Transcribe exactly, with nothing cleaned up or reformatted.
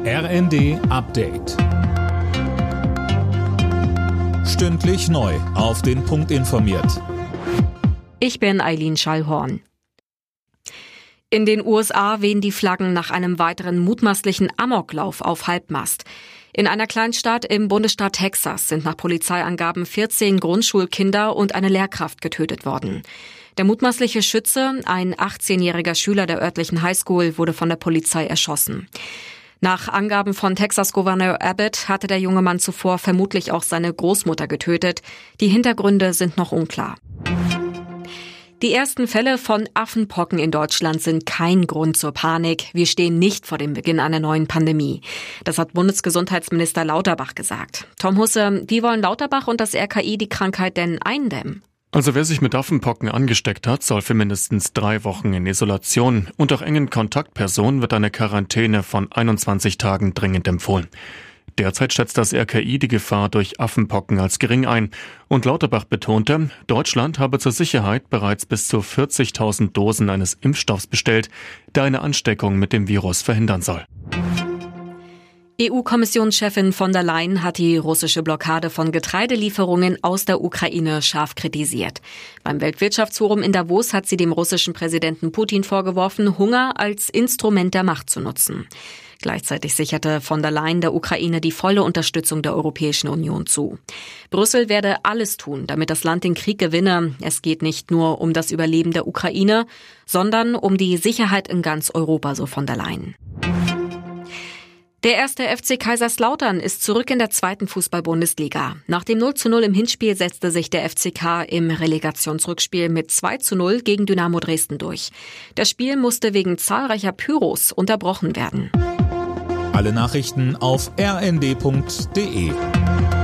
R N D Update. Stündlich neu auf den Punkt informiert. Ich bin Eileen Schallhorn. In den U S A wehen die Flaggen nach einem weiteren mutmaßlichen Amoklauf auf Halbmast. In einer Kleinstadt im Bundesstaat Texas sind nach Polizeiangaben vierzehn Grundschulkinder und eine Lehrkraft getötet worden. Der mutmaßliche Schütze, ein achtzehnjähriger Schüler der örtlichen Highschool, wurde von der Polizei erschossen. Nach Angaben von Texas-Gouverneur Abbott hatte der junge Mann zuvor vermutlich auch seine Großmutter getötet. Die Hintergründe sind noch unklar. Die ersten Fälle von Affenpocken in Deutschland sind kein Grund zur Panik. Wir stehen nicht vor dem Beginn einer neuen Pandemie. Das hat Bundesgesundheitsminister Lauterbach gesagt. Tom Husse, wie wollen Lauterbach und das R K I die Krankheit denn eindämmen? Also wer sich mit Affenpocken angesteckt hat, soll für mindestens drei Wochen in Isolation. Und auch engen Kontaktpersonen wird eine Quarantäne von einundzwanzig Tagen dringend empfohlen. Derzeit schätzt das R K I die Gefahr durch Affenpocken als gering ein. Und Lauterbach betonte, Deutschland habe zur Sicherheit bereits bis zu vierzigtausend Dosen eines Impfstoffs bestellt, der eine Ansteckung mit dem Virus verhindern soll. E U-Kommissionschefin von der Leyen hat die russische Blockade von Getreidelieferungen aus der Ukraine scharf kritisiert. Beim Weltwirtschaftsforum in Davos hat sie dem russischen Präsidenten Putin vorgeworfen, Hunger als Instrument der Macht zu nutzen. Gleichzeitig sicherte von der Leyen der Ukraine die volle Unterstützung der Europäischen Union zu. Brüssel werde alles tun, damit das Land den Krieg gewinne. Es geht nicht nur um das Überleben der Ukraine, sondern um die Sicherheit in ganz Europa, so von der Leyen. Der erste F C Kaiserslautern ist zurück in der zweiten Fußball-Bundesliga. Nach dem null zu null im Hinspiel setzte sich der F C K im Relegationsrückspiel mit zwei zu null gegen Dynamo Dresden durch. Das Spiel musste wegen zahlreicher Pyros unterbrochen werden. Alle Nachrichten auf r n d punkt d e.